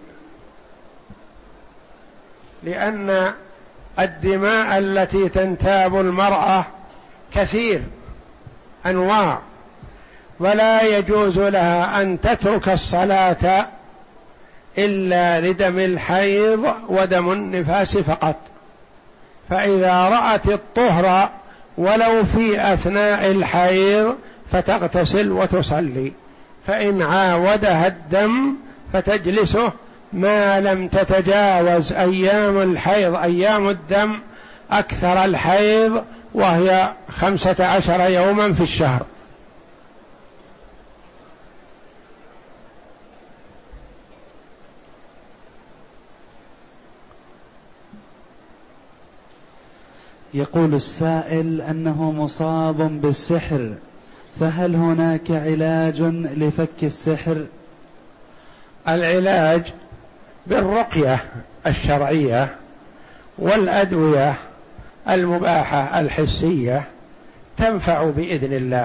لأن الدماء التي تنتاب المرأة كثير أنواع، ولا يجوز لها أن تترك الصلاة إلا لدم الحيض ودم النفاس فقط. فإذا رأت الطهر ولو في أثناء الحيض فتغتسل وتصلي، فإن عاودها الدم فتجلسه ما لم تتجاوز أيام الحيض أيام الدم أكثر الحيض، وهي 15 يوما في الشهر. يقول السائل أنه مصاب بالسحر، فهل هناك علاج لفك السحر؟ العلاج بالرقية الشرعية والأدوية المباحة الحسية تنفع بإذن الله،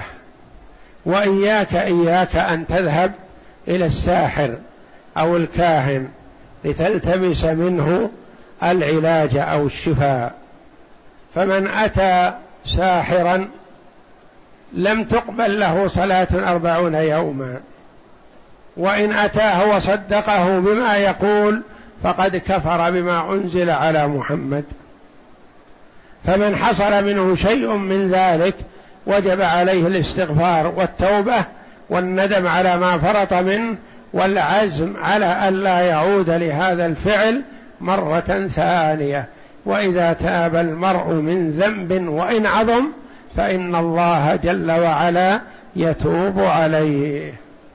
وإياك أن تذهب إلى الساحر أو الكاهن لتلتمس منه العلاج أو الشفاء. فمن أتى ساحرا لم تقبل له صلاة 40 يوما، وإن أتاه وصدقه بما يقول فقد كفر بما أنزل على محمد. فمن حصل منه شيء من ذلك وجب عليه الاستغفار والتوبة والندم على ما فرط منه، والعزم على ألا يعود لهذا الفعل مرة ثانية. وإذا تاب المرء من ذنب وإن عظم فإن الله جل وعلا يتوب عليه.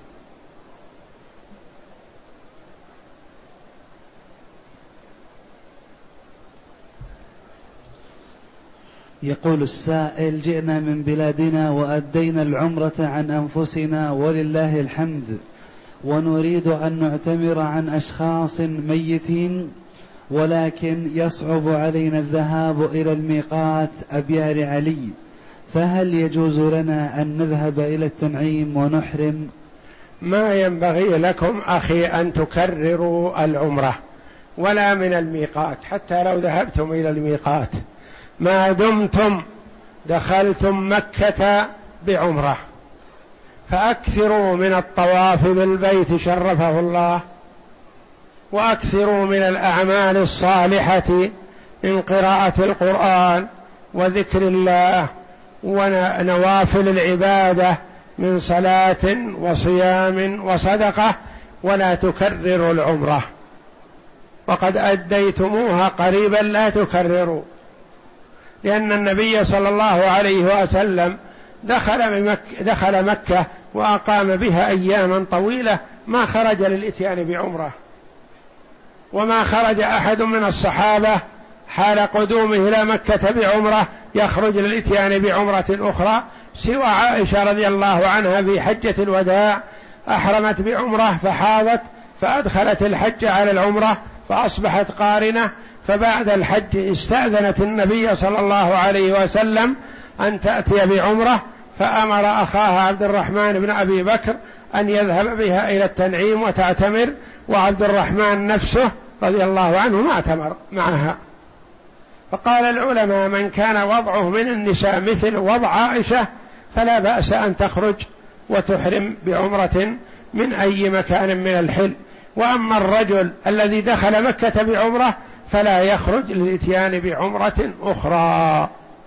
يقول السائل: جئنا من بلادنا وأدينا العمرة عن أنفسنا ولله الحمد، ونريد أن نعتمر عن أشخاص ميتين، ولكن يصعب علينا الذهاب إلى الميقات أبيار علي، فهل يجوز لنا أن نذهب إلى التنعيم ونحرم؟ ما ينبغي لكم أخي أن تكرروا العمرة ولا من الميقات، حتى لو ذهبتم إلى الميقات ما دمتم دخلتم مكة بعمرة، فأكثروا من الطواف بالبيت شرفه الله، وأكثروا من الأعمال الصالحة من قراءة القرآن وذكر الله ونوافل العبادة من صلاة وصيام وصدقة، ولا تكرروا العمرة، وقد أديتموها قريبا لا تكرروا، لأن النبي صلى الله عليه وسلم دخل مكة وأقام بها أياما طويلة، ما خرج للإتيان بعمرة، وما خرج أحد من الصحابة حال قدومه إلى مكة بعمرة يخرج للإتيان بعمرة أخرى، سوى عائشة رضي الله عنها في حجة الوداع أحرمت بعمرة فحاضت فأدخلت الحج على العمرة فأصبحت قارنة، فبعد الحج استأذنت النبي صلى الله عليه وسلم أن تأتي بعمرة، فأمر أخاها عبد الرحمن بن أبي بكر أن يذهب بها إلى التنعيم وتعتمر، وعبد الرحمن نفسه رضي الله عنه ما اعتمر معها، فقال العلماء من كان وضعه من النساء مثل وضع عائشة فلا بأس أن تخرج وتحرم بعمرة من أي مكان من الحل. وأما الرجل الذي دخل مكة بعمرة فلا يخرج للإتيان بعمرة أخرى.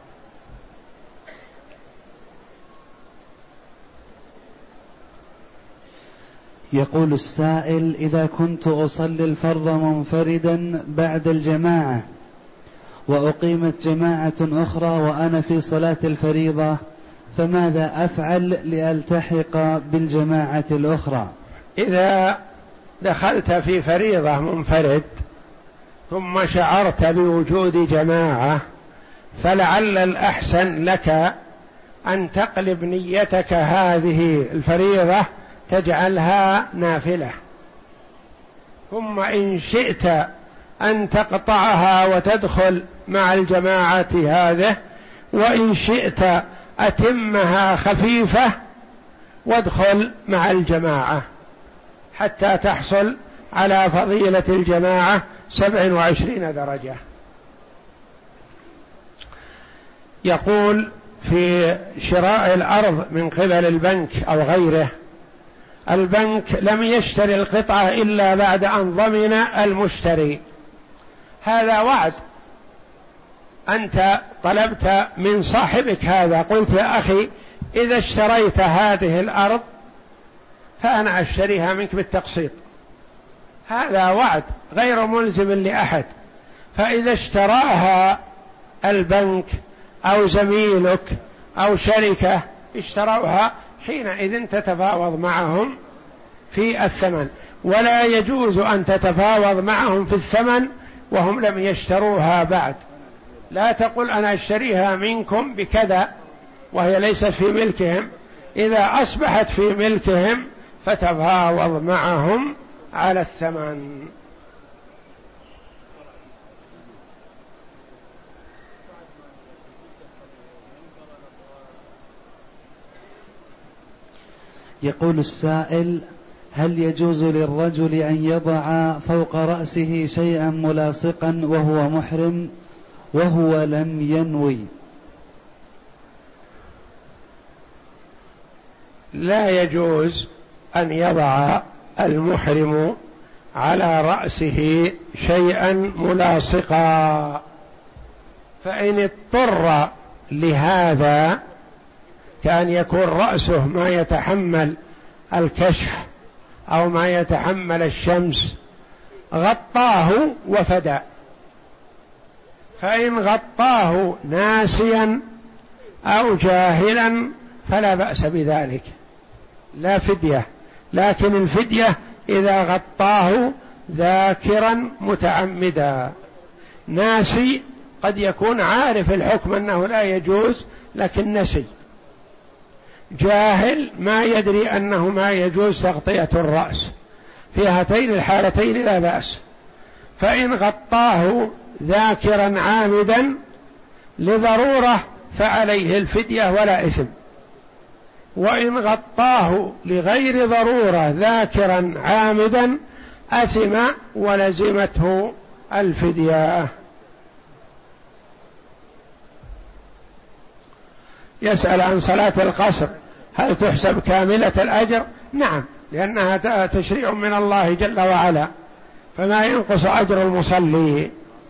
يقول السائل: إذا كنت أصلي الفرض منفردا بعد الجماعة وأقيمت جماعة أخرى وأنا في صلاة الفريضة فماذا أفعل لألتحق بالجماعة الأخرى؟ إذا دخلت في فريضة منفرد ثم شعرت بوجود جماعة فلعل الأحسن لك أن تقلب نيتك هذه الفريضة تجعلها نافلة، ثم إن شئت أن تقطعها وتدخل مع الجماعة هذه، وإن شئت أتمها خفيفة وادخل مع الجماعة حتى تحصل على فضيلة الجماعة 27 درجة. يقول في شراء الأرض من قبل البنك أو غيره، البنك لم يشتري القطعة إلا بعد أن ضمن المشتري، هذا وعد. أنت طلبت من صاحبك هذا، قلت يا أخي إذا اشتريت هذه الأرض فأنا أشتريها منك بالتقسيط، هذا وعد غير ملزم لأحد. فإذا اشتراها البنك أو زميلك أو شركة اشتروها، حينئذ تتفاوض معهم في الثمن، ولا يجوز أن تتفاوض معهم في الثمن وهم لم يشتروها بعد. لا تقل أنا أشتريها منكم بكذا وهي ليست في ملكهم، إذا أصبحت في ملكهم فتفاوض معهم على الثمن. يقول السائل: هل يجوز للرجل أن يضع فوق رأسه شيئا ملاصقا وهو محرم وهو لم ينوي؟ لا يجوز أن يضع المحرم على رأسه شيئا ملاصقا، فإن اضطر لهذا كأن يكون رأسه ما يتحمل الكشف أو ما يتحمل الشمس غطاه وفدى، فإن غطاه ناسيا أو جاهلا فلا بأس بذلك، لا فدية. لكن الفدية إذا غطاه ذاكرا متعمدا. ناسي قد يكون عارف الحكم أنه لا يجوز لكن نسي، جاهل ما يدري أنه ما يجوز تغطية الرأس، في هاتين الحالتين لا بأس. فإن غطاه ذاكرا عامدا لضرورة فعليه الفدية ولا إثم، وإن غطاه لغير ضرورة ذاكرا عامدا أثم ولزمته الفدية. يسأل عن صلاة القصر هل تحسب كاملة الأجر؟ نعم، لأنها تشريع من الله جل وعلا، فما ينقص أجر المصلي.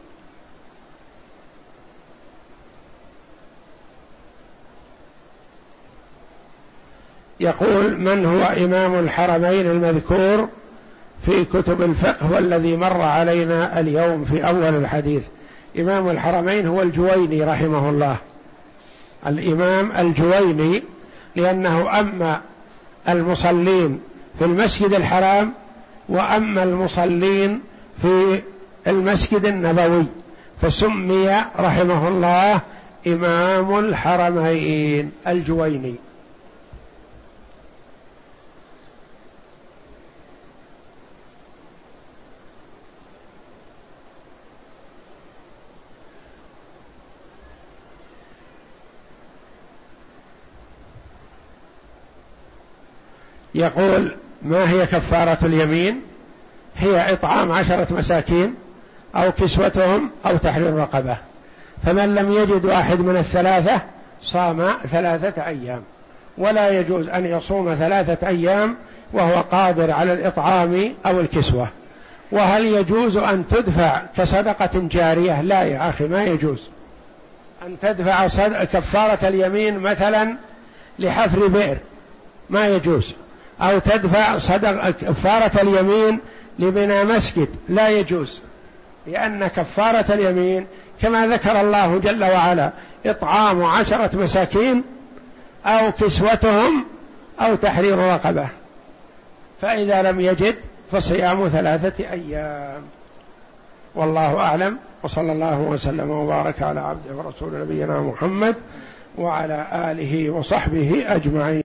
يقول: من هو إمام الحرمين المذكور في كتب الفقه والذي مر علينا اليوم في أول الحديث؟ إمام الحرمين هو الجويني رحمه الله، الإمام الجويني، لأنه أما المصلين في المسجد الحرام وأما المصلين في المسجد النبوي، فسمي رحمه الله إمام الحرمين الجويني. يقول: ما هي كفارة اليمين؟ هي إطعام 10 مساكين أو كسوتهم أو تحرير رقبة. فمن لم يجد واحد من الثلاثة صام 3 أيام. ولا يجوز أن يصوم 3 أيام وهو قادر على الإطعام أو الكسوة. وهل يجوز أن تدفع كصدقة جارية؟ لا يا أخي، ما يجوز أن تدفع كفارة اليمين مثلا لحفر بئر، ما يجوز. أو تدفع كفارة اليمين لبناء مسجد، لا يجوز، لأن كفارة اليمين كما ذكر الله جل وعلا إطعام 10 مساكين أو كسوتهم أو تحرير رقبة. فإذا لم يجد فصيام 3 أيام. والله أعلم، وصلى الله وسلم وبارك على عبده ورسول نبينا محمد وعلى آله وصحبه أجمعين.